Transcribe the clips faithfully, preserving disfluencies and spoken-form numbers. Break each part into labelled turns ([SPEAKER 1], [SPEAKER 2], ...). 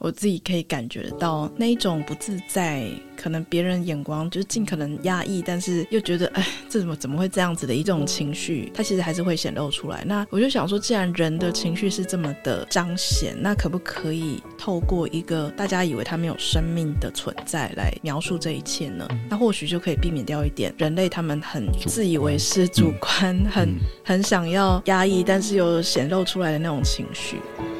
[SPEAKER 1] 我自己可以感觉到那一种不自在，可能别人眼光就是尽可能压抑，但是又觉得哎，这怎么怎么会这样子的一种情绪，它其实还是会显露出来。那我就想说，既然人的情绪是这么的彰显，那可不可以透过一个大家以为它没有生命的存在来描述这一切呢？那或许就可以避免掉一点人类他们很自以为是主观、嗯、很很想要压抑但是又显露出来的那种情绪。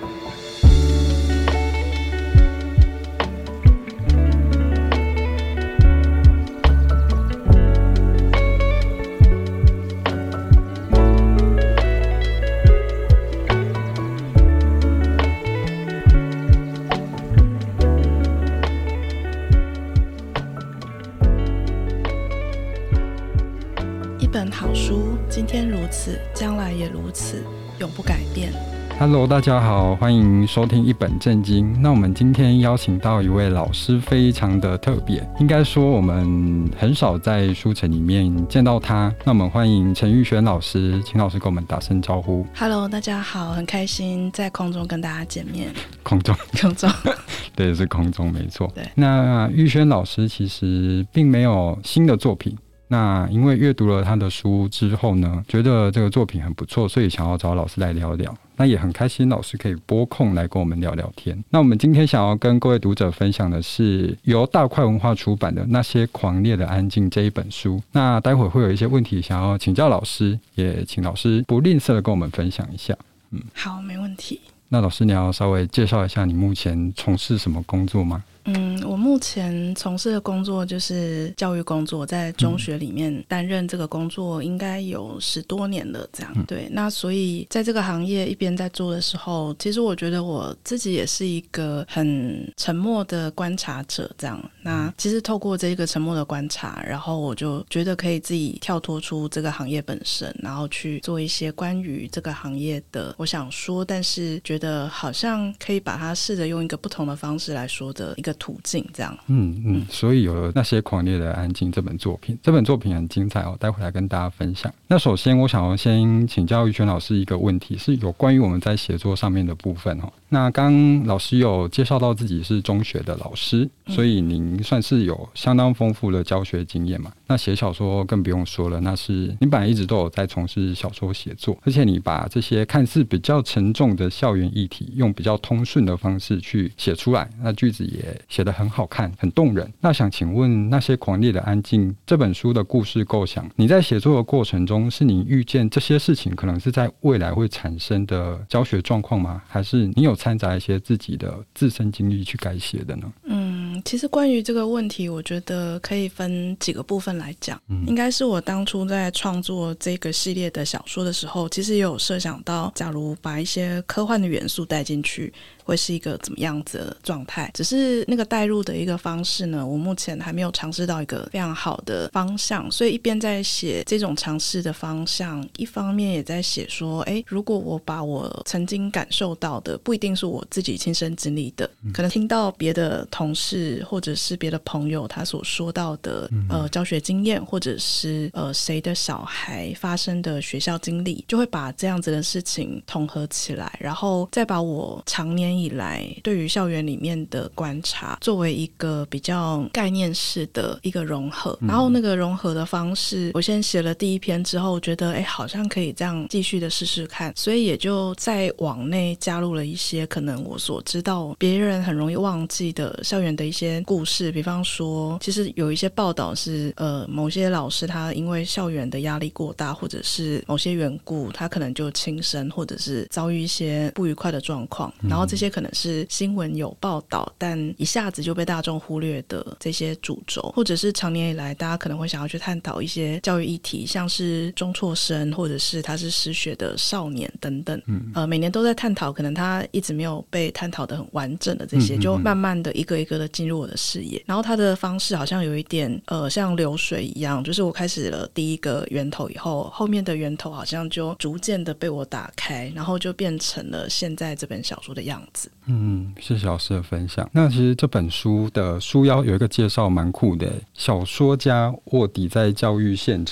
[SPEAKER 1] 一本好书，今天如此，将来也如此，永不改变。
[SPEAKER 2] Hello， 大家好，欢迎收听一本正经。那我们今天邀请到一位老师，非常的特别，应该说我们很少在书城里面见到他。那我们欢迎陈玉轩老师，请老师跟我们打声招呼。
[SPEAKER 1] Hello， 大家好，很开心在空中跟大家见面。
[SPEAKER 2] 空中，
[SPEAKER 1] 空中，
[SPEAKER 2] 对，是空中，没错。
[SPEAKER 1] 对，
[SPEAKER 2] 那玉轩老师其实并没有新的作品。那因为阅读了他的书之后呢，觉得这个作品很不错，所以想要找老师来聊聊。那也很开心老师可以拨空来跟我们聊聊天。那我们今天想要跟各位读者分享的是由大块文化出版的《那些狂烈的安静》这一本书。那待会会有一些问题想要请教老师，也请老师不吝啬的跟我们分享一下。
[SPEAKER 1] 嗯，好，没问题。
[SPEAKER 2] 那老师你要稍微介绍一下你目前从事什么工作吗？
[SPEAKER 1] 嗯，我目前从事的工作就是教育工作，在中学里面担任这个工作应该有十多年了这样、嗯、对。那所以在这个行业一边在做的时候，其实我觉得我自己也是一个很沉默的观察者这样。那其实透过这个沉默的观察，然后我就觉得可以自己跳脱出这个行业本身，然后去做一些关于这个行业的我想说但是觉得好像可以把它试着用一个不同的方式来说的一个途径这样。
[SPEAKER 2] 嗯嗯，所以有了《那些狂烈的安静》这本作品，这本作品很精彩哦，待会来跟大家分享。那首先我想要先请教玉轩老师一个问题，是有关于我们在写作上面的部分哦。那刚刚老师有介绍到自己是中学的老师，所以您算是有相当丰富的教学经验嘛。那写小说更不用说了，那是你本来一直都有在从事小说写作，而且你把这些看似比较沉重的校园议题用比较通顺的方式去写出来，那句子也写得很好看，很动人。那想请问《那些狂烈的安静》这本书的故事构想，你在写作的过程中是你预见这些事情可能是在未来会产生的教学状况吗？还是你有掺杂一些自己的自身经历去改写的呢？
[SPEAKER 1] 嗯，其实关于这个问题我觉得可以分几个部分来讲、嗯、应该是我当初在创作这个系列的小说的时候，其实也有设想到假如把一些科幻的元素带进去会是一个怎么样子的状态，只是那个带入的一个方式呢，我目前还没有尝试到一个非常好的方向，所以一边在写这种尝试的方向，一方面也在写说诶，如果我把我曾经感受到的不一定是我自己亲身经历的、嗯、可能听到别的同事或者是别的朋友他所说到的、嗯、呃教学经验，或者是呃谁的小孩发生的学校经历，就会把这样子的事情统合起来，然后再把我常年以来对于校园里面的观察作为一个比较概念式的一个融合、嗯、然后那个融合的方式，我先写了第一篇之后觉得哎，好像可以这样继续的试试看，所以也就在往内加入了一些可能我所知道别人很容易忘记的校园的一些故事，比方说其实有一些报道是呃某些老师他因为校园的压力过大，或者是某些缘故他可能就轻生，或者是遭遇一些不愉快的状况、嗯、然后这些可能是新闻有报道但一下子就被大众忽略的这些主轴，或者是长年以来大家可能会想要去探讨一些教育议题，像是中辍生，或者是他是失学的少年等等、嗯、呃，每年都在探讨可能他一直没有被探讨的很完整的这些、嗯、就慢慢的一个一个的进入我的视野，然后他的方式好像有一点呃像流水一样，就是我开始了第一个源头以后，后面的源头好像就逐渐的被我打开，然后就变成了现在这本小说的样子。
[SPEAKER 2] 嗯，谢谢老师的分享。那其实这本书的书腰有一个介绍蛮酷的，小说家卧底在教育现场。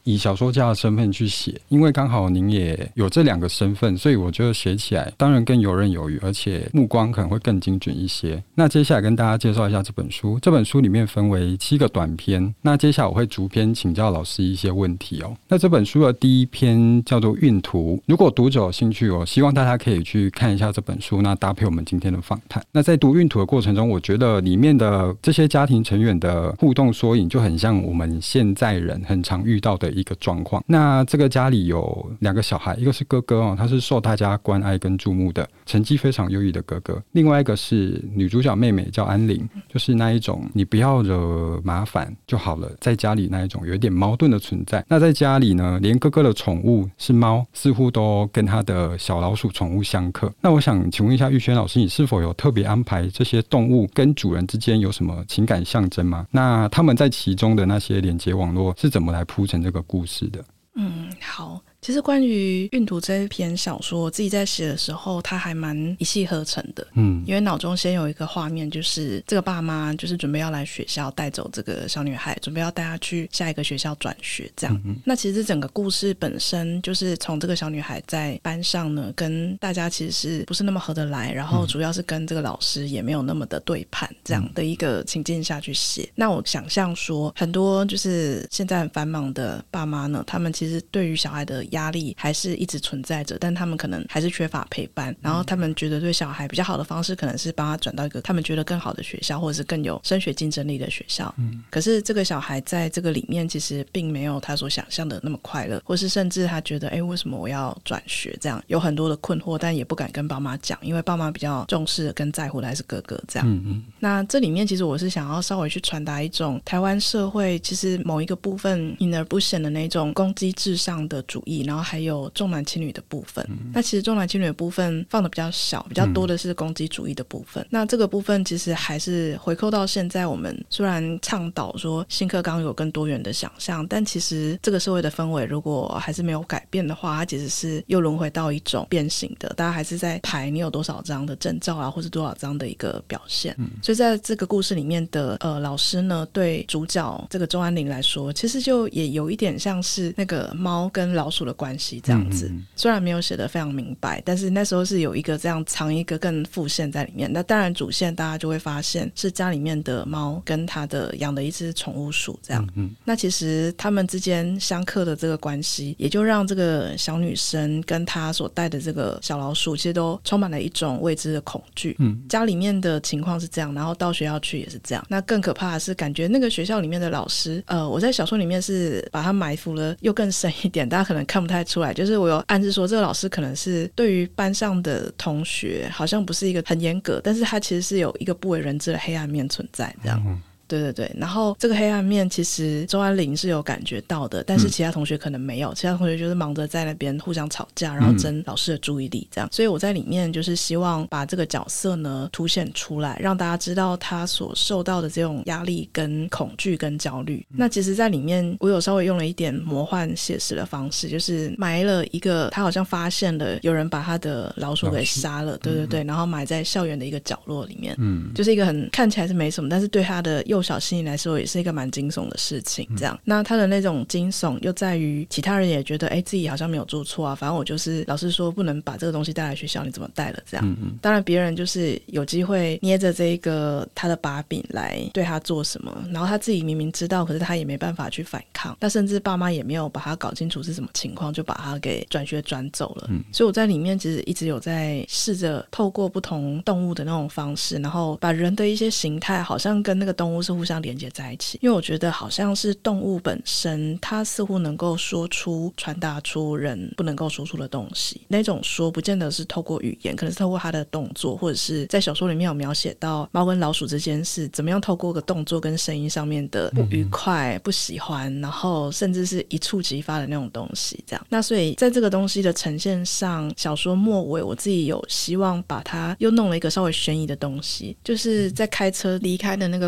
[SPEAKER 2] 以小说家的身份去写，因为刚好您也有这两个身份，所以我觉得写起来当然更游刃有余，而且目光可能会更精准一些。那接下来跟大家介绍一下这本书，这本书里面分为七个短篇，那接下来我会逐篇请教老师一些问题哦。那这本书的第一篇叫做运图，如果读者有兴趣哦，希望大家可以去看一下这本书，那搭配我们今天的访谈。那在读运图的过程中，我觉得里面的这些家庭成员的互动缩影就很像我们现在人很常遇到的一个状况。那这个家里有两个小孩，一个是哥哥哦，他是受大家关爱跟注目的，成绩非常优异的哥哥，另外一个是女主角妹妹叫安玲，就是那一种你不要惹麻烦就好了，在家里那一种有一点矛盾的存在。那在家里呢，连哥哥的宠物是猫似乎都跟他的小老鼠宠物相克。那我想请问一下玉轩老师，你是否有特别安排这些动物跟主人之间有什么情感象征吗？那他们在其中的那些连接网络是怎么来铺成这个故事的？
[SPEAKER 1] 嗯，好。其实关于运图这篇小说，我自己在写的时候它还蛮一气呵成的。嗯，因为脑中先有一个画面，就是这个爸妈就是准备要来学校带走这个小女孩，准备要带她去下一个学校转学这样。嗯，那其实整个故事本身就是从这个小女孩在班上呢跟大家其实是不是那么合得来，然后主要是跟这个老师也没有那么的对盘这样的一个情境下去写。那我想象说很多就是现在很繁忙的爸妈呢，他们其实对于小孩的压力还是一直存在着，但他们可能还是缺乏陪伴，然后他们觉得对小孩比较好的方式可能是帮他转到一个他们觉得更好的学校，或者是更有升学竞争力的学校。嗯，可是这个小孩在这个里面其实并没有他所想象的那么快乐，或是甚至他觉得哎，为什么我要转学，这样有很多的困惑，但也不敢跟爸妈讲，因为爸妈比较重视跟在乎的还是哥哥这样。嗯嗯，那这里面其实我是想要稍微去传达一种台湾社会其实某一个部分隐而不显的那种攻击至上的主义，然后还有重男轻女的部分。嗯，那其实重男轻女的部分放的比较小，比较多的是攻击主义的部分。嗯，那这个部分其实还是回扣到现在，我们虽然倡导说新课纲有更多元的想象，但其实这个社会的氛围如果还是没有改变的话，它其实是又轮回到一种变形的，大家还是在排你有多少张的证照啊，或是多少张的一个表现。嗯，所以在这个故事里面的呃老师呢，对主角这个周安玲来说，其实就也有一点像是那个猫跟老鼠的关系这样子。嗯嗯嗯，虽然没有写得非常明白，但是那时候是有一个这样藏一个更副线在里面。那当然主线大家就会发现是家里面的猫跟他的养的一只宠物鼠这样。嗯嗯，那其实他们之间相克的这个关系，也就让这个小女生跟她所带的这个小老鼠其实都充满了一种未知的恐惧。嗯，家里面的情况是这样，然后到学校去也是这样。那更可怕的是感觉那个学校里面的老师，呃，我在小说里面是把它埋伏了又更深一点，大家可能看不太出来，就是我有暗示说这个老师可能是对于班上的同学好像不是一个很严格，但是他其实是有一个不为人知的黑暗面存在这样。嗯，对对对，然后这个黑暗面其实周安玲是有感觉到的，但是其他同学可能没有，嗯，其他同学就是忙着在那边互相吵架，然后争老师的注意力这样。所以我在里面就是希望把这个角色呢凸显出来，让大家知道他所受到的这种压力跟恐惧跟焦虑。那其实在里面我有稍微用了一点魔幻写实的方式，就是埋了一个他好像发现了有人把他的老鼠给杀了，对对对，然后埋在校园的一个角落里面。嗯，就是一个很看起来是没什么，但是对他的幼小心理来说也是一个蛮惊悚的事情这样。嗯，那他的那种惊悚又在于其他人也觉得哎，自己好像没有做错啊，反正我就是老师说不能把这个东西带来学校，你怎么带了这样。嗯嗯，当然别人就是有机会捏着这个他的把柄来对他做什么，然后他自己明明知道，可是他也没办法去反抗，那甚至爸妈也没有把他搞清楚是什么情况，就把他给转学转走了。嗯，所以我在里面其实一直有在试着透过不同动物的那种方式，然后把人的一些形态好像跟那个动物是互相连接在一起，因为我觉得好像是动物本身它似乎能够说出传达出人不能够说出的东西，那种说不见得是透过语言，可能是透过它的动作，或者是在小说里面有描写到猫跟老鼠之间是怎么样透过个动作跟声音上面的不愉快、不喜欢，然后甚至是一触即发的那种东西这样。那所以在这个东西的呈现上，小说末尾我自己有希望把它又弄了一个稍微悬疑的东西，就是在开车离开的那个过程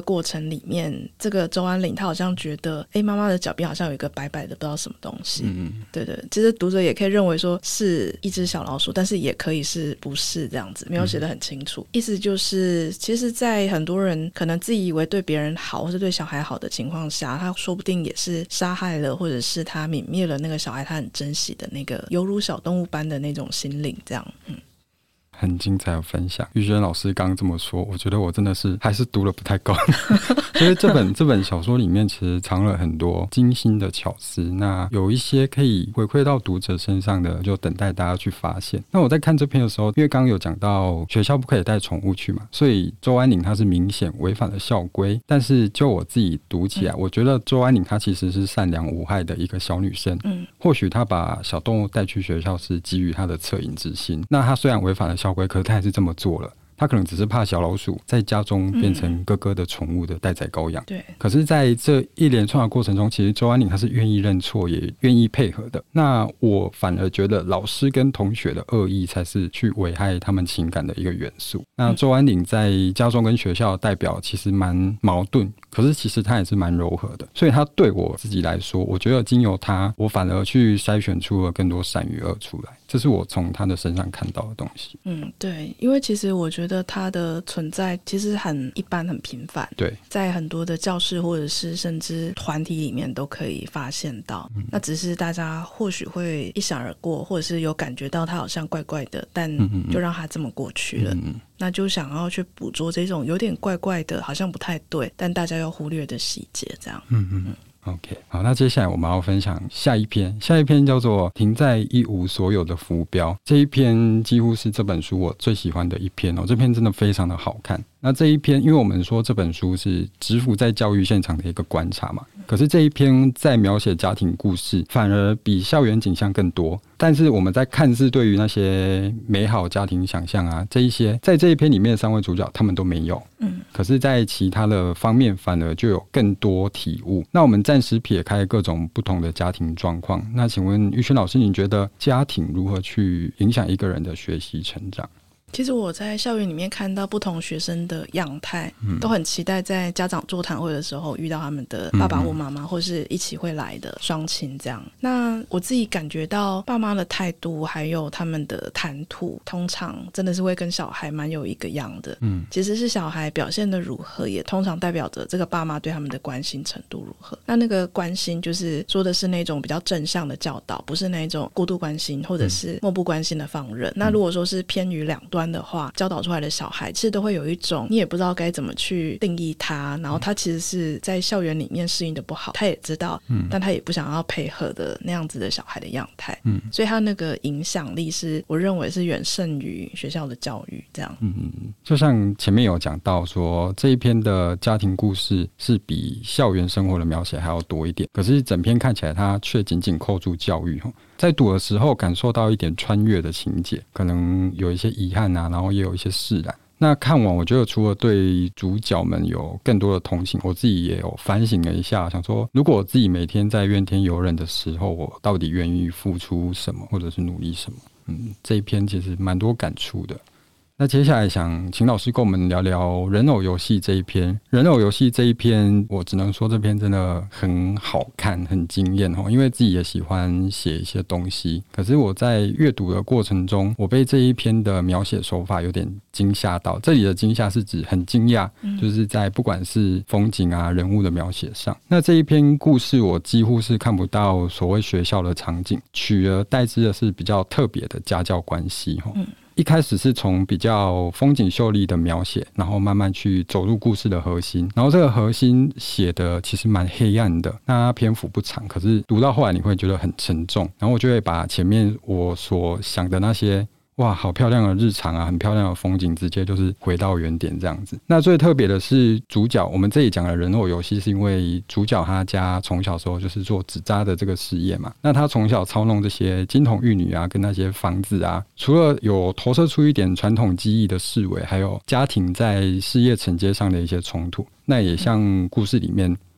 [SPEAKER 1] 程里面，这个周安岭他好像觉得哎，妈妈的脚边好像有一个白白的不知道什么东西。嗯嗯，对对，其实读者也可以认为说是一只小老鼠，但是也可以是不是这样子，没有写得很清楚。嗯、意思就是其实在很多人可能自己以为对别人好或是对小孩好的情况下，他说不定也是杀害了或者是他泯灭了那个小孩他很珍惜的那个犹如小动物般的那种心灵这样。嗯，
[SPEAKER 2] 很精彩的分享。玉轩老师刚刚这么说，我觉得我真的是还是读了不太够所以这本这本小说里面其实藏了很多精心的巧思，那有一些可以回馈到读者身上的，就等待大家去发现。那我在看这篇的时候，因为刚刚有讲到学校不可以带宠物去嘛，所以周安岭他是明显违反了校规，但是就我自己读起来、嗯、我觉得周安岭她其实是善良无害的一个小女生。嗯，或许她把小动物带去学校是基于她的恻隐之心，那她虽然违反了校规，可是她还是这么做了。他可能只是怕小老鼠在家中变成哥哥的宠物的待宰羔羊、嗯、对。可是在这一连串的过程中，其实周安岭他是愿意认错也愿意配合的。那我反而觉得老师跟同学的恶意才是去危害他们情感的一个元素。那周安岭在家中跟学校的代表其实蛮矛盾，可是其实他也是蛮柔和的，所以他对我自己来说，我觉得经由他我反而去筛选出了更多善与恶出来，这是我从他的身上看到的东西。
[SPEAKER 1] 嗯，对，因为其实我觉得他的存在其实很一般很平凡，
[SPEAKER 2] 对，
[SPEAKER 1] 在很多的教室或者是甚至团体里面都可以发现到、嗯、那只是大家或许会一闪而过，或者是有感觉到他好像怪怪的，但就让他这么过去了。嗯嗯，那就想要去捕捉这种有点怪怪的好像不太对但大家要忽略的细节这样。嗯嗯嗯
[SPEAKER 2] OK， 好，那接下来我们要分享下一篇，下一篇叫做停在一无所有的浮标。这一篇几乎是这本书我最喜欢的一篇哦，这篇真的非常的好看。那这一篇因为我们说这本书是直服在教育现场的一个观察嘛，可是这一篇在描写家庭故事反而比校园景象更多，但是我们在看似对于那些美好家庭想象啊，这一些在这一篇里面的三位主角他们都没有，嗯，可是在其他的方面反而就有更多体悟。那我们暂时撇开各种不同的家庭状况，那请问玉轩老师，你觉得家庭如何去影响一个人的学习成长？
[SPEAKER 1] 其实我在校园里面看到不同学生的样态、嗯、都很期待在家长座谈会的时候遇到他们的爸爸或妈妈、嗯、或是一起会来的双亲这样。那我自己感觉到爸妈的态度还有他们的谈吐通常真的是会跟小孩蛮有一个样的、嗯、其实是小孩表现的如何也通常代表着这个爸妈对他们的关心程度如何。那那个关心就是说的是那种比较正向的教导，不是那种过度关心或者是漠不关心的放任、嗯、那如果说是偏于两端的话，教导出来的小孩其实都会有一种你也不知道该怎么去定义他，然后他其实是在校园里面适应的不好，他也知道、嗯、但他也不想要配合的那样子的小孩的样态、嗯、所以他那个影响力是我认为是远胜于学校的教育这样。
[SPEAKER 2] 嗯嗯，就像前面有讲到说这一篇的家庭故事是比校园生活的描写还要多一点，可是整篇看起来它却紧紧扣住教育，在读的时候感受到一点穿越的情节，可能有一些遗憾啊，然后也有一些释然。那看完我觉得除了对主角们有更多的同情，我自己也有反省了一下，想说如果我自己每天在怨天尤人的时候，我到底愿意付出什么或者是努力什么。嗯，这一篇其实蛮多感触的。那接下来想请老师跟我们聊聊人偶游戏这一篇。人偶游戏这一篇我只能说这篇真的很好看很惊艳，因为自己也喜欢写一些东西，可是我在阅读的过程中我被这一篇的描写手法有点惊吓到。这里的惊吓是指很惊讶、嗯、就是在不管是风景啊人物的描写上。那这一篇故事我几乎是看不到所谓学校的场景，取而代之的是比较特别的家教关系、嗯一开始是从比较风景秀丽的描写，然后慢慢去走入故事的核心，然后这个核心写的其实蛮黑暗的，那篇幅不长，可是读到后来你会觉得很沉重，然后我就会把前面我所想的那些哇好漂亮的日常啊很漂亮的风景直接就是回到原点这样子。那最特别的是主角，我们这里讲的人偶游戏是因为主角他家从小时候就是做纸扎的这个事业嘛，那他从小操弄这些金童玉女啊跟那些房子啊，除了有投射出一点传统技艺的式微，还有家庭在事业承接上的一些冲突，那也像故事里面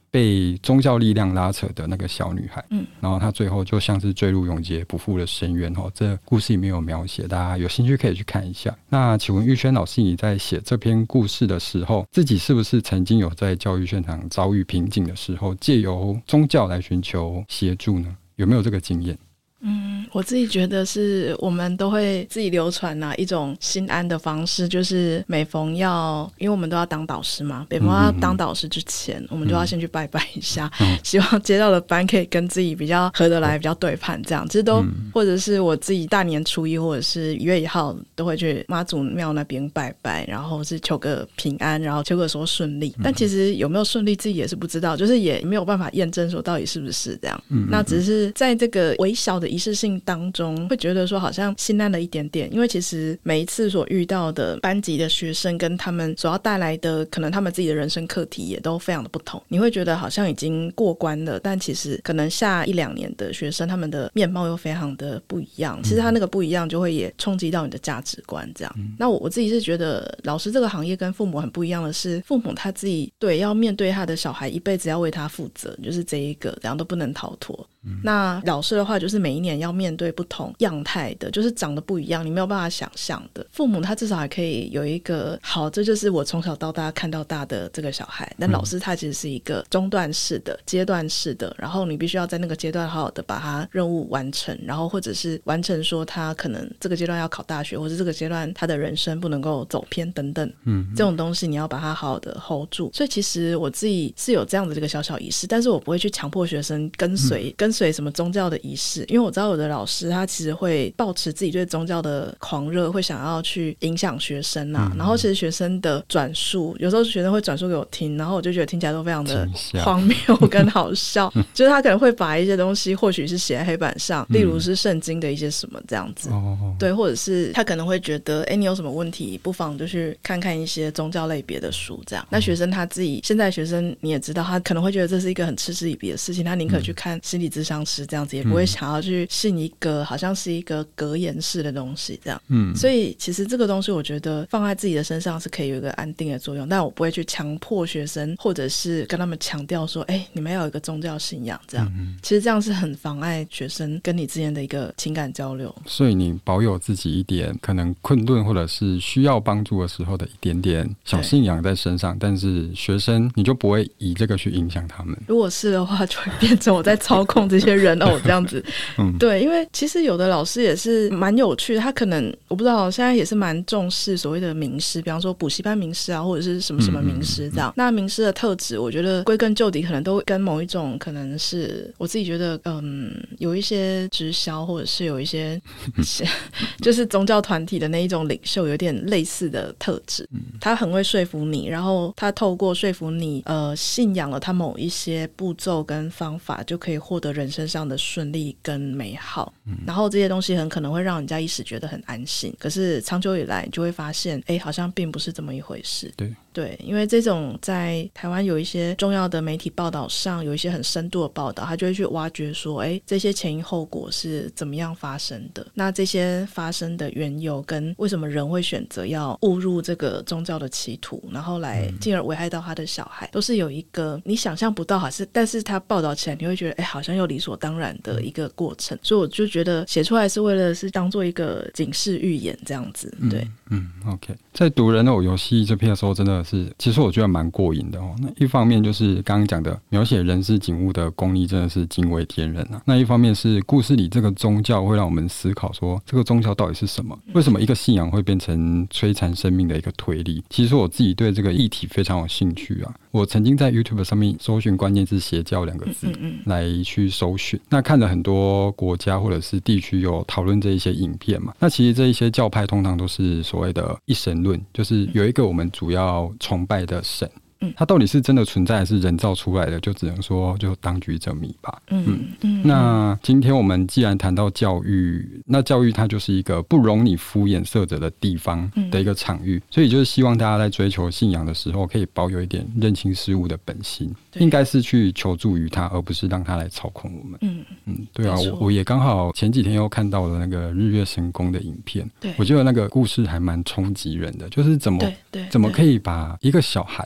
[SPEAKER 2] 被宗教力量拉扯的那个小女孩，
[SPEAKER 1] 嗯，
[SPEAKER 2] 然后她最后就像是坠入永劫不复的深渊哦。这故事里面有描写，大家有兴趣可以去看一下。那请问玉轩老师，你在写这篇故事的时候，自己是不是曾经有在教育现场遭遇瓶颈的时候，借由宗教来寻求协助呢？有没有这个经验？
[SPEAKER 1] 嗯，我自己觉得是我们都会自己流传啊一种心安的方式，就是每逢要，因为我们都要当导师嘛，每逢要当导师之前，嗯、我们就要先去拜拜一下，嗯、希望接到的班可以跟自己比较合得来，比较对盘这样。其实都、嗯、或者是我自己大年初一或者是一月一号都会去妈祖庙那边拜拜，然后是求个平安，然后求个说顺利。但其实有没有顺利自己也是不知道，就是也没有办法验证说到底是不是这样。嗯、那只是在这个微小的仪式性当中会觉得说好像心安了一点点，因为其实每一次所遇到的班级的学生跟他们所要带来的可能他们自己的人生课题也都非常的不同，你会觉得好像已经过关了，但其实可能下一两年的学生他们的面貌又非常的不一样，其实他那个不一样就会也冲击到你的价值观这样。嗯、那我我自己是觉得老师这个行业跟父母很不一样的是，父母他自己对要面对他的小孩一辈子要为他负责，就是这一个这样都不能逃脱。嗯、那老师的话就是每一年要面对不同样态的，就是长得不一样你没有办法想象的。父母他至少还可以有一个好，这就是我从小到大看到大的这个小孩，但老师他其实是一个中段式的阶段式的，然后你必须要在那个阶段好好的把他任务完成，然后或者是完成说他可能这个阶段要考大学，或者这个阶段他的人生不能够走偏等等，嗯，这种东西你要把它好好的 hold 住。所以其实我自己是有这样的这个小小仪式，但是我不会去强迫学生跟随、嗯、跟随什么宗教的仪式，因为我知道有的老师他其实会抱持自己对宗教的狂热，会想要去影响学生啊、嗯、然后其实学生的转述有时候学生会转述给我听，然后我就觉得听起来都非常的荒谬跟好笑就是他可能会把一些东西或许是写在黑板上、嗯、例如是圣经的一些什么这样子、哦、对，或者是他可能会觉得哎，你有什么问题不妨就去看看一些宗教类别的书这样。那学生他自己现在学生你也知道他可能会觉得这是一个很嗤之以鼻的事情，他宁可去看心理咨商师这样子、嗯、也不会想要去信一个好像是一个格言式的东西这样。嗯，所以其实这个东西我觉得放在自己的身上是可以有一个安定的作用，但我不会去强迫学生或者是跟他们强调说哎，你们要有一个宗教信仰这样、嗯、其实这样是很妨碍学生跟你之间的一个情感交流。
[SPEAKER 2] 所以你保有自己一点可能困顿或者是需要帮助的时候的一点点小信仰在身上，但是学生你就不会以这个去影响他们。
[SPEAKER 1] 如果是的话就会变成我在操控这些人偶这样子嗯，对，因为其实有的老师也是蛮有趣的，他可能我不知道现在也是蛮重视所谓的名师，比方说补习班名师啊，或者是什么什么名师这样、嗯嗯嗯、那名师的特质我觉得归根究底可能都跟某一种可能是我自己觉得嗯，有一些直销或者是有一些就是宗教团体的那一种领袖有点类似的特质、嗯、他很会说服你，然后他透过说服你呃，信仰了他某一些步骤跟方法就可以获得人生上的顺利跟美好、嗯、然后这些东西很可能会让人家一时觉得很安心，可是长久以来你就会发现哎，好像并不是这么一回事。
[SPEAKER 2] 对
[SPEAKER 1] 对，因为这种在台湾有一些重要的媒体报道上有一些很深度的报道，他就会去挖掘说哎，这些前因后果是怎么样发生的，那这些发生的缘由跟为什么人会选择要误入这个宗教的歧途，然后来进而危害到他的小孩、嗯、都是有一个你想象不到还是但是他报道起来你会觉得哎，好像又理所当然的一个过程，所以我就觉得写出来是为了是当做一个警示预言这样子。对，
[SPEAKER 2] 嗯, 嗯 OK， 在读人偶游戏这篇的时候真的是其实我觉得蛮过瘾的哦。那一方面就是刚刚讲的描写人事景物的功力真的是惊为天人啊，那一方面是故事里这个宗教会让我们思考说这个宗教到底是什么，为什么一个信仰会变成摧残生命的一个推力。其实我自己对这个议题非常有兴趣啊，我曾经在 YouTube 上面搜寻关键字邪教两个字来去搜寻，那看了很多国家或者是地区有讨论这一些影片嘛，那其实这一些教派通常都是所谓的一神论，就是有一个我们主要崇拜的神，它到底是真的存在还是人造出来的，就只能说就当局者迷吧。嗯嗯嗯。那今天我们既然谈到教育，那教育它就是一个不容你敷衍塞责的地方的一个场域、嗯、所以就是希望大家在追求信仰的时候可以保有一点认清事物的本心，应该是去求助于他，而不是让他来操控我们。嗯嗯，对啊，我我也刚好前几天又看到了那个日月神功的影片，对，我觉得那个故事还蛮冲击人的，就是怎么怎么可以把一个小孩或者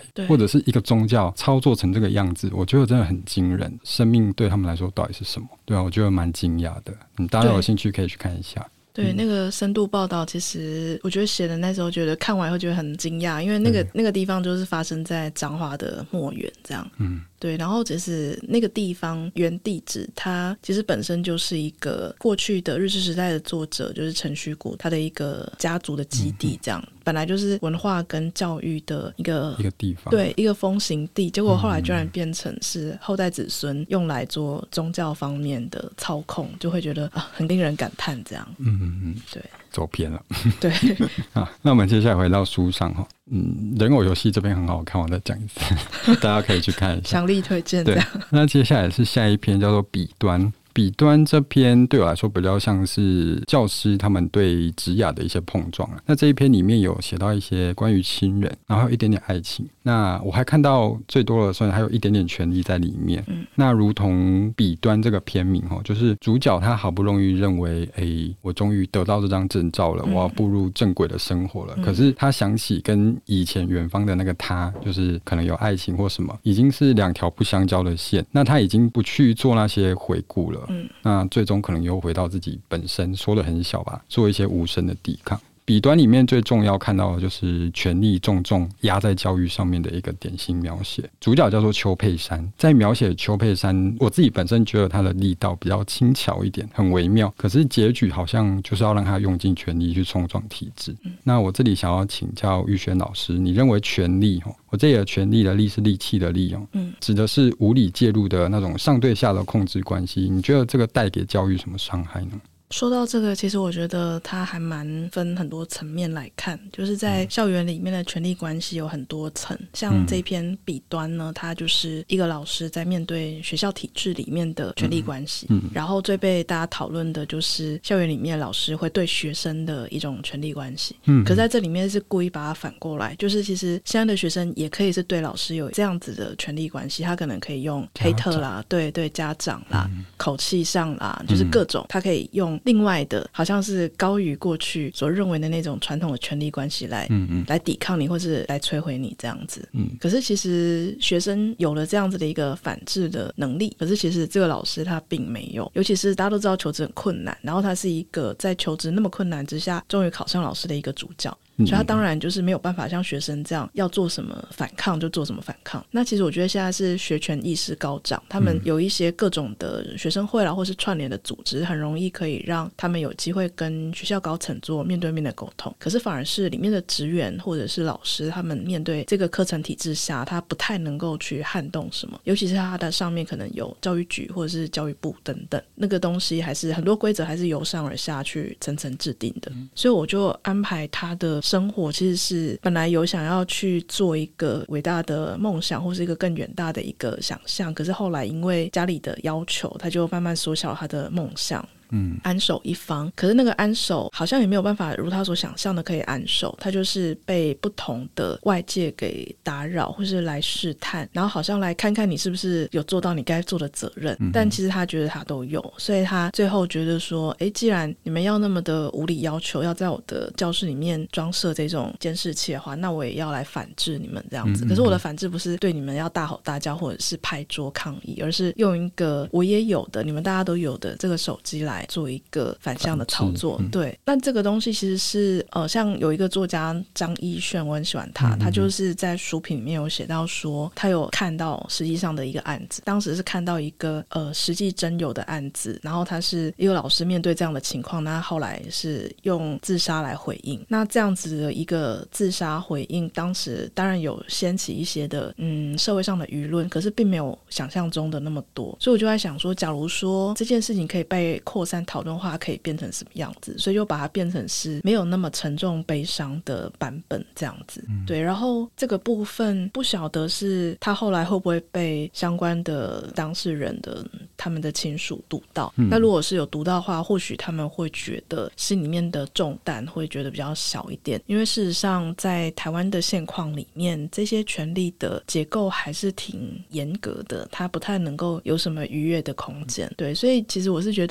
[SPEAKER 2] 者是一个宗教操作成这个样子，我觉得真的很惊人。生命对他们来说到底是什么？对啊，我觉得蛮惊讶的。嗯，大家有兴趣可以去看一下。
[SPEAKER 1] 对，那个深度报道，其实我觉得写的那时候觉得看完以后觉得很惊讶，因为那个那个地方就是发生在彰化的墨园这样。嗯，对，然后只是那个地方原地址，它其实本身就是一个过去的日治时代的作者，就是陈须谷他的一个家族的基地这样。嗯，本来就是文化跟教育的一个
[SPEAKER 2] 一个地方，
[SPEAKER 1] 对，一个风行地，结果后来居然变成是后代子孙用来做宗教方面的操控，就会觉得啊，很令人感叹这样。嗯
[SPEAKER 2] 嗯嗯，对，走偏了。
[SPEAKER 1] 对
[SPEAKER 2] 啊，那我们接下来回到书上哈，嗯，人偶游戏这边很好看，我再讲一次，大家可以去看一下，
[SPEAKER 1] 强力推荐。
[SPEAKER 2] 对，那接下来是下一篇叫做彼端。彼端这篇对我来说比较像是教师他们对职涯的一些碰撞。那这一篇里面有写到一些关于亲人，然后有一点点爱情。那我还看到最多的算还有一点点权力在里面。嗯，那如同彼端这个篇名，就是主角他好不容易认为，哎，我终于得到这张证照了，我要步入正轨的生活了。嗯，可是他想起跟以前远方的那个他，就是可能有爱情或什么，已经是两条不相交的线。那他已经不去做那些回顾了。嗯，那最终可能又回到自己本身，说得很小吧，做一些无声的抵抗。彼端里面最重要看到的就是权力重重压在教育上面的一个典型描写。主角叫做邱佩珊，在描写邱佩珊，我自己本身觉得他的力道比较轻巧一点，很微妙，可是结局好像就是要让他用尽全力去冲撞体制。嗯，那我这里想要请教玉轩老师，你认为权力，我这里的权力的力是力气的力，嗯，指的是无理介入的那种上对下的控制关系，你觉得这个带给教育什么伤害呢？
[SPEAKER 1] 说到这个，其实我觉得它还蛮分很多层面来看，就是在校园里面的权力关系有很多层。像这篇彼端呢，它就是一个老师在面对学校体制里面的权力关系，嗯嗯，然后最被大家讨论的就是校园里面老师会对学生的一种权力关系。嗯，可是在这里面是故意把它反过来，就是其实现在的学生也可以是对老师有这样子的权力关系，他可能可以用黑特啦，对对，家长啦，嗯，口气上啦，就是各种，他可以用另外的好像是高于过去所认为的那种传统的权力关系来嗯嗯来抵抗你或是来摧毁你这样子。嗯，可是其实学生有了这样子的一个反制的能力，可是其实这个老师他并没有，尤其是大家都知道求职很困难，然后他是一个在求职那么困难之下终于考上老师的一个主角，所以他当然就是没有办法像学生这样要做什么反抗就做什么反抗。那其实我觉得现在是学权意识高涨，他们有一些各种的学生会啦或是串联的组织，很容易可以让他们有机会跟学校高层做面对面的沟通，可是反而是里面的职员或者是老师，他们面对这个课程体制下他不太能够去撼动什么，尤其是他的上面可能有教育局或者是教育部等等，那个东西还是很多规则还是由上而下去层层制定的。所以我就安排他的生活其实是本来有想要去做一个伟大的梦想或是一个更远大的一个想象，可是后来因为家里的要求，他就慢慢缩小他的梦想，嗯，安守一方。可是那个安守好像也没有办法如他所想象的可以安守，他就是被不同的外界给打扰或是来试探，然后好像来看看你是不是有做到你该做的责任，嗯，但其实他觉得他都有，所以他最后觉得说，诶，既然你们要那么的无理要求要在我的教室里面装设这种监视器的话，那我也要来反制你们这样子。可是我的反制不是对你们要大吼大叫或者是拍桌抗议，而是用一个我也有的你们大家都有的这个手机来做一个反向的操作。嗯，对，但这个东西其实是呃，像有一个作家张一炫，我很喜欢他，嗯，他就是在书评里面有写到说他有看到实际上的一个案子，当时是看到一个呃实际真有的案子，然后他是一个老师面对这样的情况，那后来是用自杀来回应，那这样子的一个自杀回应当时当然有掀起一些的嗯社会上的舆论，可是并没有想象中的那么多，所以我就在想说假如说这件事情可以被扩散讨论化，可以变成什么样子，所以就把它变成是没有那么沉重悲伤的版本这样子。嗯，对，然后这个部分不晓得是他后来会不会被相关的当事人的他们的亲属读到，嗯，那如果是有读到的话，或许他们会觉得心里面的重担会觉得比较小一点，因为事实上在台湾的现况里面，这些权力的结构还是挺严格的，它不太能够有什么逾越的空间。对，所以其实我是觉得假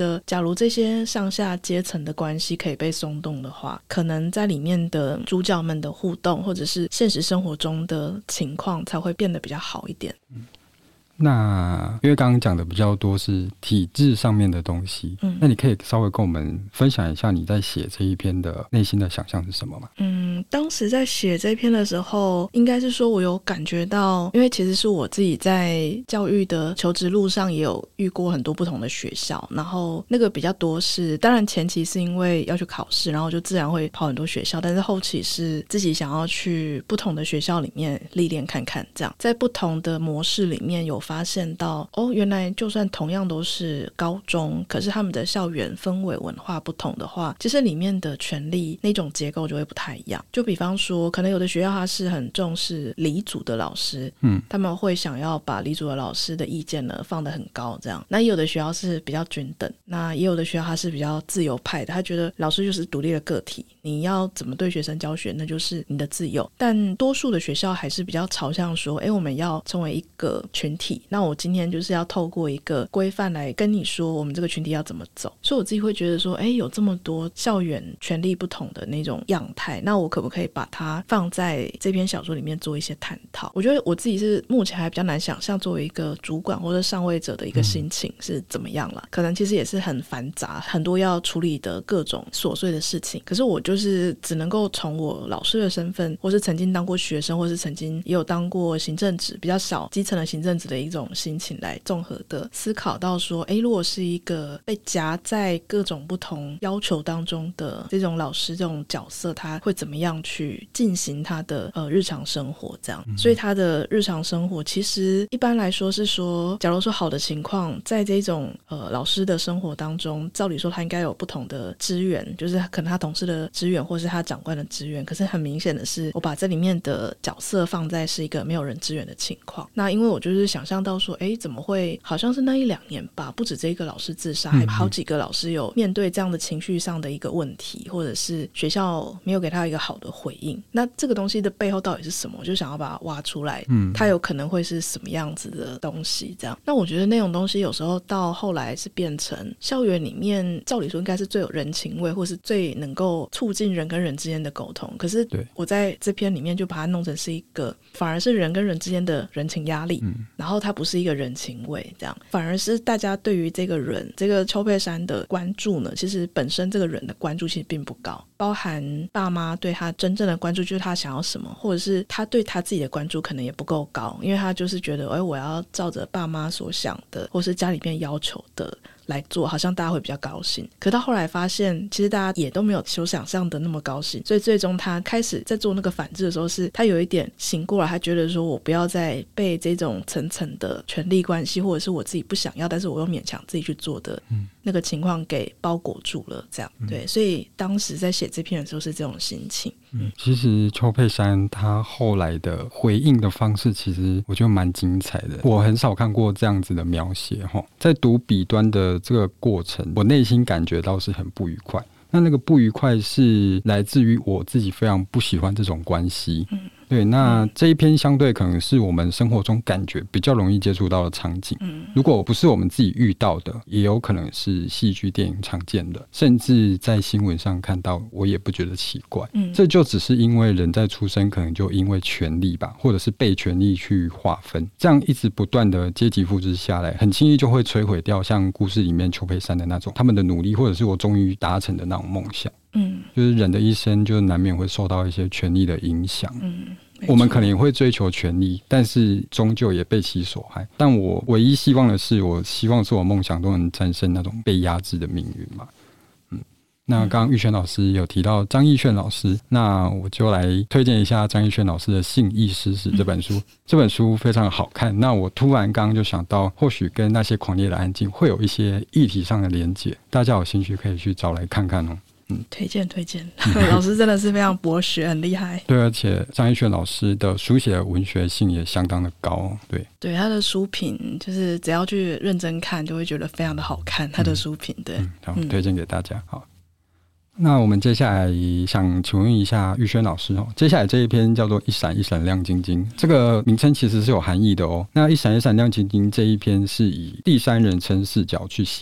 [SPEAKER 1] 如这些上下阶层的关系可以被松动的话，可能在里面的主角们的互动或者是现实生活中的情况才会变得比较好一点。嗯，
[SPEAKER 2] 那因为刚刚讲的比较多是体制上面的东西，嗯，那你可以稍微跟我们分享一下你在写这一篇的内心的想象是什么吗？
[SPEAKER 1] 嗯，当时在写这篇的时候，应该是说我有感觉到，因为其实是我自己在教育的求职路上也有遇过很多不同的学校，然后那个比较多是，当然前期是因为要去考试，然后就自然会跑很多学校，但是后期是自己想要去不同的学校里面历练看看，这样在不同的模式里面有发现到，哦，原来就算同样都是高中，可是他们的校园氛围文化不同的话，其实里面的权力那种结构就会不太一样。就比方说可能有的学校它是很重视理组的老师，嗯，他们会想要把理组的老师的意见呢放得很高，这样。那也有的学校是比较均等，那也有的学校它是比较自由派的，他觉得老师就是独立的个体，你要怎么对学生教学那就是你的自由。但多数的学校还是比较朝向说，哎，我们要成为一个群体，那我今天就是要透过一个规范来跟你说我们这个群体要怎么走。所以我自己会觉得说，哎，有这么多校园权力不同的那种样态，那我可不可以把它放在这篇小说里面做一些探讨。我觉得我自己是目前还比较难想象作为一个主管或者上位者的一个心情是怎么样啦、嗯、可能其实也是很繁杂，很多要处理的各种琐碎的事情，可是我就是只能够从我老师的身份，或是曾经当过学生，或是曾经也有当过行政职比较小基层的行政职的一种心情来综合的思考到说，诶，如果是一个被夹在各种不同要求当中的这种老师这种角色，他会怎么样去进行他的呃日常生活这样、嗯、所以他的日常生活其实一般来说是说，假如说好的情况，在这种呃老师的生活当中，照理说他应该有不同的资源，就是可能他同事的资源或是他长官的资源，可是很明显的是我把这里面的角色放在是一个没有人支援的情况。那因为我就是想象到说，诶，怎么会好像是那一两年吧，不止这个老师自杀，还好几个老师有面对这样的情绪上的一个问题，或者是学校没有给他一个好的回应。那这个东西的背后到底是什么，我就想要把它挖出来，嗯，它有可能会是什么样子的东西这样。那我觉得那种东西有时候到后来是变成校园里面照理说应该是最有人情味，或是最能够促进人跟人之间的沟通，可是我在这篇里面就把它弄成是一个反而是人跟人之间的人情压力、嗯、然后它不是一个人情味这样，反而是大家对于这个人这个邱佩珊的关注呢，其实本身这个人的关注其实并不高，包含爸妈对他真正的关注就是他想要什么，或者是他对他自己的关注可能也不够高，因为他就是觉得哎，我要照着爸妈所想的或是家里面要求的来做，好像大家会比较高兴。可到后来发现其实大家也都没有所想象的那么高兴，所以最终他开始在做那个反制的时候，是他有一点醒过来，他觉得说我不要再被这种层层的权力关系，或者是我自己不想要但是我又勉强自己去做的那个情况给包裹住了这样、嗯、对，所以当时在写这篇的时候是这种心情。
[SPEAKER 2] 嗯，其实邱佩珊她后来的回应的方式其实我觉得蛮精彩的，我很少看过这样子的描写。在读笔端的这个过程，我内心感觉到是很不愉快，那那个不愉快是来自于我自己非常不喜欢这种关系、嗯，对，那这一篇相对可能是我们生活中感觉比较容易接触到的场景、嗯、如果不是我们自己遇到的，也有可能是戏剧电影常见的，甚至在新闻上看到我也不觉得奇怪、嗯、这就只是因为人在出生可能就因为权力吧，或者是被权力去划分，这样一直不断的阶级复制下来，很轻易就会摧毁掉像故事里面邱佩珊的那种他们的努力，或者是我终于达成的那种梦想。嗯，就是人的一生就难免会受到一些权力的影响。嗯，我们可能也会追求权力，但是终究也被其所害。但我唯一希望的是，我希望所有梦想都能战胜那种被压制的命运嘛。嗯，那刚刚玉轩老师有提到张亦絢老师，那我就来推荐一下张亦絢老师的《性意识史》这本书、嗯、这本书非常好看。那我突然刚刚就想到，或许跟那些狂烈的安静会有一些议题上的连结，大家有兴趣可以去找来看看哦。
[SPEAKER 1] 嗯、推荐推荐老师真的是非常博学，很厉害。
[SPEAKER 2] 对，而且张亦絢老师的书写的文学性也相当的高。对
[SPEAKER 1] 对，他的书评就是只要去认真看就会觉得非常的好看，他的书评对、
[SPEAKER 2] 嗯嗯、好，推荐给大家。好，那我们接下来想请问一下玉轩老师哦，接下来这一篇叫做《一闪一闪亮晶晶》，这个名称其实是有含义的哦。那《一闪一闪亮晶晶》这一篇是以第三人称视角去写的。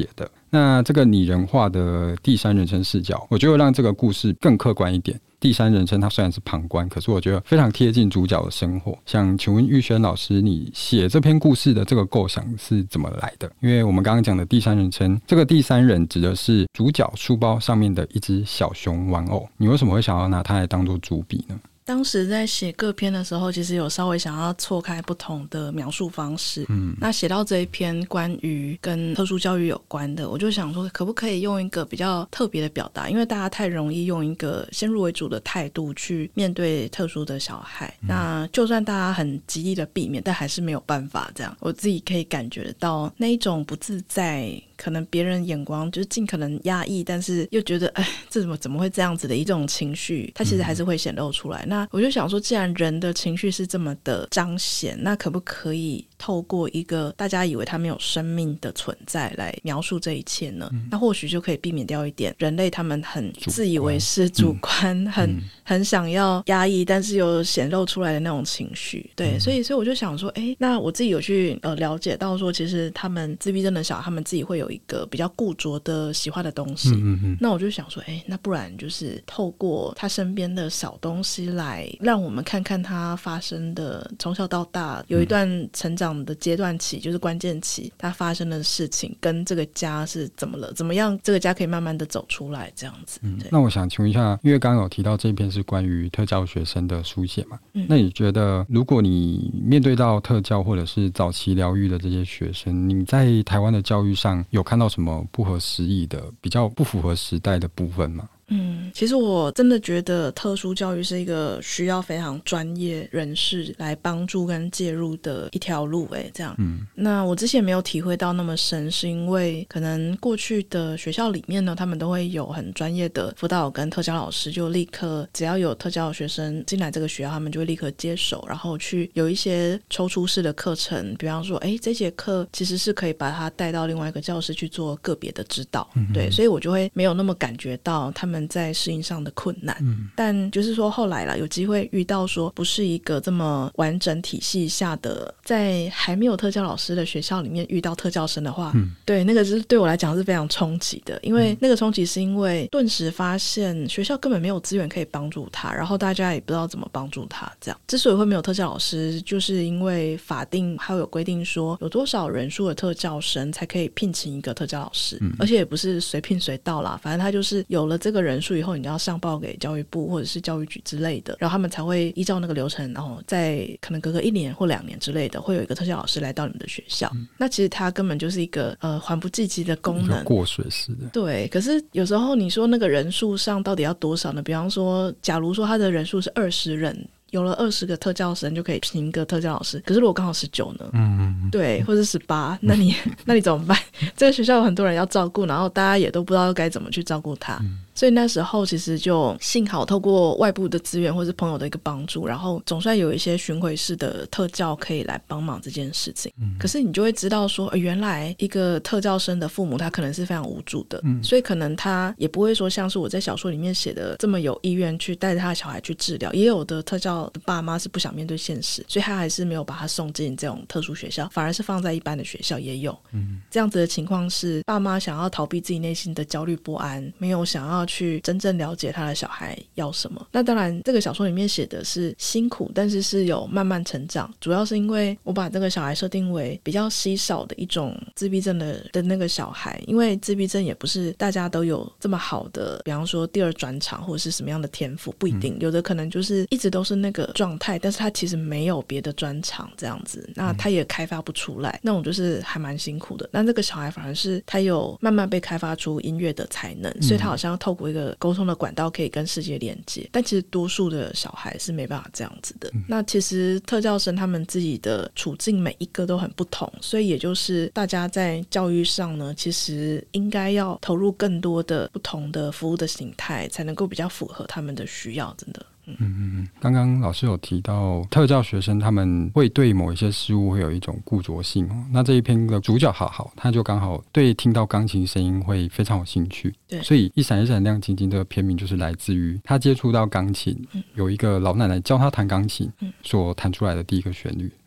[SPEAKER 2] 那这个拟人化的第三人称视角，我觉得让这个故事更客观一点。第三人称它虽然是旁观，可是我觉得非常贴近主角的生活。想请问玉轩老师，你写这篇故事的这个构想是怎么来的？因为我们刚刚讲的第三人称，这个第三人指的是主角书包上面的一只小熊玩偶，你为什么会想要拿它来当做主笔呢？
[SPEAKER 1] 当时在写各篇的时候，其实有稍微想要错开不同的描述方式。嗯，那写到这一篇关于跟特殊教育有关的，我就想说，可不可以用一个比较特别的表达？因为大家太容易用一个先入为主的态度去面对特殊的小孩。嗯、那就算大家很极力的避免，但还是没有办法。这样，我自己可以感觉得到那一种不自在。可能别人眼光就是尽可能压抑，但是又觉得哎，这怎么怎么会这样子的一种情绪，它其实还是会显露出来。嗯、那我就想说，既然人的情绪是这么的彰显，那可不可以透过一个大家以为它没有生命的存在来描述这一切呢？嗯、那或许就可以避免掉一点人类他们很自以为是主观、嗯、很、嗯、很想要压抑，但是又显露出来的那种情绪。对，嗯、所以所以我就想说，哎，那我自己有去呃了解到说，其实他们自闭症的小孩，他们自己会有一个比较固着的喜欢的东西。嗯嗯嗯，那我就想说，哎，那不然就是透过他身边的小东西来让我们看看他发生的从小到大有一段成长的阶段期，就是关键期，他发生的事情跟这个家是怎么了，怎么样这个家可以慢慢的走出来这样子。嗯、
[SPEAKER 2] 那我想请问一下，因为刚刚有提到这篇是关于特教学生的书写嘛，嗯、那你觉得如果你面对到特教或者是早期疗愈的这些学生，你在台湾的教育上有看到什么不合时宜的比较不符合时代的部分吗？
[SPEAKER 1] 嗯，其实我真的觉得特殊教育是一个需要非常专业人士来帮助跟介入的一条路。哎，这样。嗯，那我之前没有体会到那么深，是因为可能过去的学校里面呢，他们都会有很专业的辅导跟特教老师，就立刻只要有特教学生进来这个学校，他们就会立刻接手，然后去有一些抽出式的课程，比方说，哎，这节课其实是可以把他带到另外一个教室去做个别的指导。嗯、对，所以我就会没有那么感觉到他们在适应上的困难。嗯、但就是说后来啦，有机会遇到说不是一个这么完整体系下的，在还没有特教老师的学校里面遇到特教生的话，嗯、对，那个是对我来讲是非常冲击的。因为那个冲击是因为顿时发现学校根本没有资源可以帮助他，然后大家也不知道怎么帮助他。这样之所以会没有特教老师，就是因为法定还有规定说有多少人数的特教生才可以聘请一个特教老师。嗯、而且也不是随聘随到啦，反正他就是有了这个人数以后，你要上报给教育部或者是教育局之类的，然后他们才会依照那个流程，然后在可能隔个一年或两年之类的，会有一个特教老师来到你们的学校。嗯、那其实他根本就是一个呃缓不济急的功能，
[SPEAKER 2] 过水式的。
[SPEAKER 1] 对，可是有时候你说那个人数上到底要多少呢？比方说，假如说他的人数是二十人。有了二十个特教生就可以评一个特教老师，可是如果刚好十九呢？嗯，对，或是十八，那你那你怎么办？这个学校有很多人要照顾，然后大家也都不知道该怎么去照顾他。嗯，所以那时候其实就幸好透过外部的资源或是朋友的一个帮助，然后总算有一些巡回式的特教可以来帮忙这件事情。嗯、可是你就会知道说、呃、原来一个特教生的父母他可能是非常无助的。嗯、所以可能他也不会说像是我在小说里面写的这么有意愿去带着他的小孩去治疗，也有的特教的爸妈是不想面对现实，所以他还是没有把他送进这种特殊学校，反而是放在一般的学校也有。嗯、这样子的情况是爸妈想要逃避自己内心的焦虑不安，没有想要去真正了解他的小孩要什么。那当然这个小说里面写的是辛苦，但是是有慢慢成长，主要是因为我把这个小孩设定为比较稀少的一种自闭症的的那个小孩，因为自闭症也不是大家都有这么好的，比方说第二专长或者是什么样的天赋，不一定、嗯、有的可能就是一直都是那个状态，但是他其实没有别的专长这样子，那他也开发不出来，那种就是还蛮辛苦的。那这个小孩反而是他有慢慢被开发出音乐的才能，所以他好像透过一个沟通的管道可以跟世界连接，但其实多数的小孩是没办法这样子的。嗯、那其实特教生他们自己的处境每一个都很不同，所以也就是大家在教育上呢，其实应该要投入更多的不同的服务的形态，才能够比较符合他们的需要，真的。嗯
[SPEAKER 2] 嗯，刚刚老师有提到特教学生他们会对某一些事物会有一种固着性、哦、那这一篇的主角好好他就刚好对听到钢琴声音会非常有兴趣，对，所以一闪一闪亮晶晶这个片名就是来自于他接触到钢琴、嗯、有一个老奶奶教他弹钢琴、嗯、所弹出来的第一个旋律，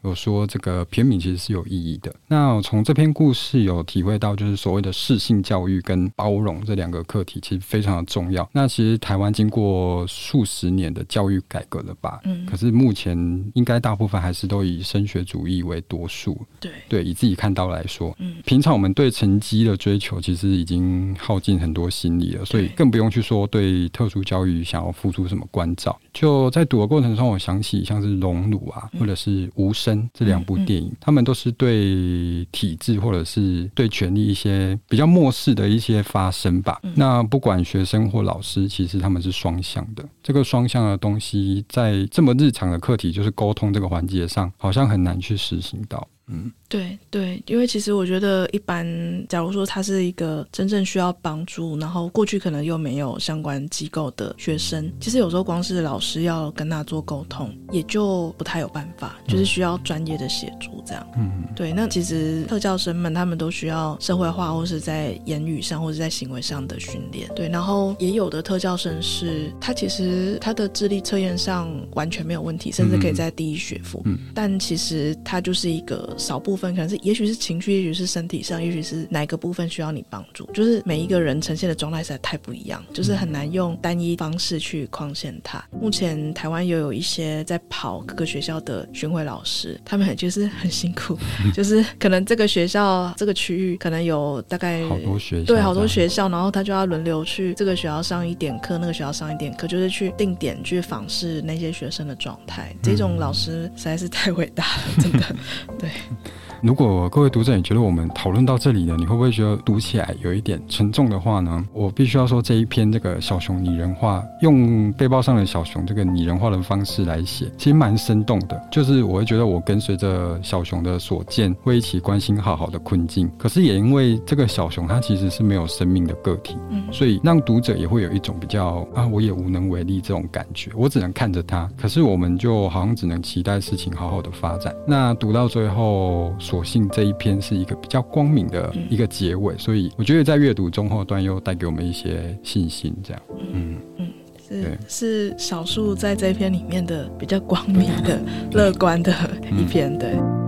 [SPEAKER 2] 有说这个篇名其实是有意义的。那从这篇故事有体会到，就是所谓的适性教育跟包容这两个课题其实非常的重要。那其实台湾经过数十年的教育改革了吧，嗯，可是目前应该大部分还是都以升学主义为多数。
[SPEAKER 1] 对
[SPEAKER 2] 对，以自己看到来说，嗯，平常我们对成绩的追求其实已经耗尽很多心力了，所以更不用去说对特殊教育想要付出什么关照。就在读的过程中，我想起像是荣辱啊，或者是无声这两部电影，他们都是对体制或者是对权力一些比较漠视的一些发声吧。那不管学生或老师，其实他们是双向的。这个双向的东西，在这么日常的课题，就是沟通这个环节上，好像很难去实行到。嗯，
[SPEAKER 1] 对对，因为其实我觉得一般假如说他是一个真正需要帮助，然后过去可能又没有相关机构的学生，其实有时候光是老师要跟他做沟通也就不太有办法，就是需要专业的协助这样。嗯，对，那其实特教生们他们都需要社会化或是在言语上或是在行为上的训练。对，然后也有的特教生是他其实他的智力测验上完全没有问题，甚至可以在第一学府，嗯，但其实他就是一个少部分，可能是也许是情绪，也许是身体上，也许是哪一个部分需要你帮助，就是每一个人呈现的状态实在太不一样，就是很难用单一方式去框限它。目前台湾又有一些在跑各个学校的巡回老师，他们就是很辛苦，就是可能这个学校这个区域可能有大概
[SPEAKER 2] 好多学校，
[SPEAKER 1] 对，好多学校，然后他就要轮流去这个学校上一点课，那个学校上一点课，就是去定点去访视那些学生的状态。这种老师实在是太伟大了，真的。对，
[SPEAKER 2] 如果各位读者你觉得我们讨论到这里呢，你会不会觉得读起来有一点沉重的话呢？我必须要说，这一篇这个小熊拟人化，用背包上的小熊这个拟人化的方式来写，其实蛮生动的。就是我会觉得我跟随着小熊的所见，会一起关心好好的困境。可是也因为这个小熊它其实是没有生命的个体，嗯，所以让读者也会有一种比较啊，我也无能为力这种感觉。我只能看着它，可是我们就好像只能期待事情好好的发展。那读到最后，所幸这一篇是一个比较光明的一个结尾，嗯，所以我觉得在阅读中后段又带给我们一些信心，这样，嗯
[SPEAKER 1] 嗯，是是少数在这一篇里面的比较光明的、乐观的一篇，对。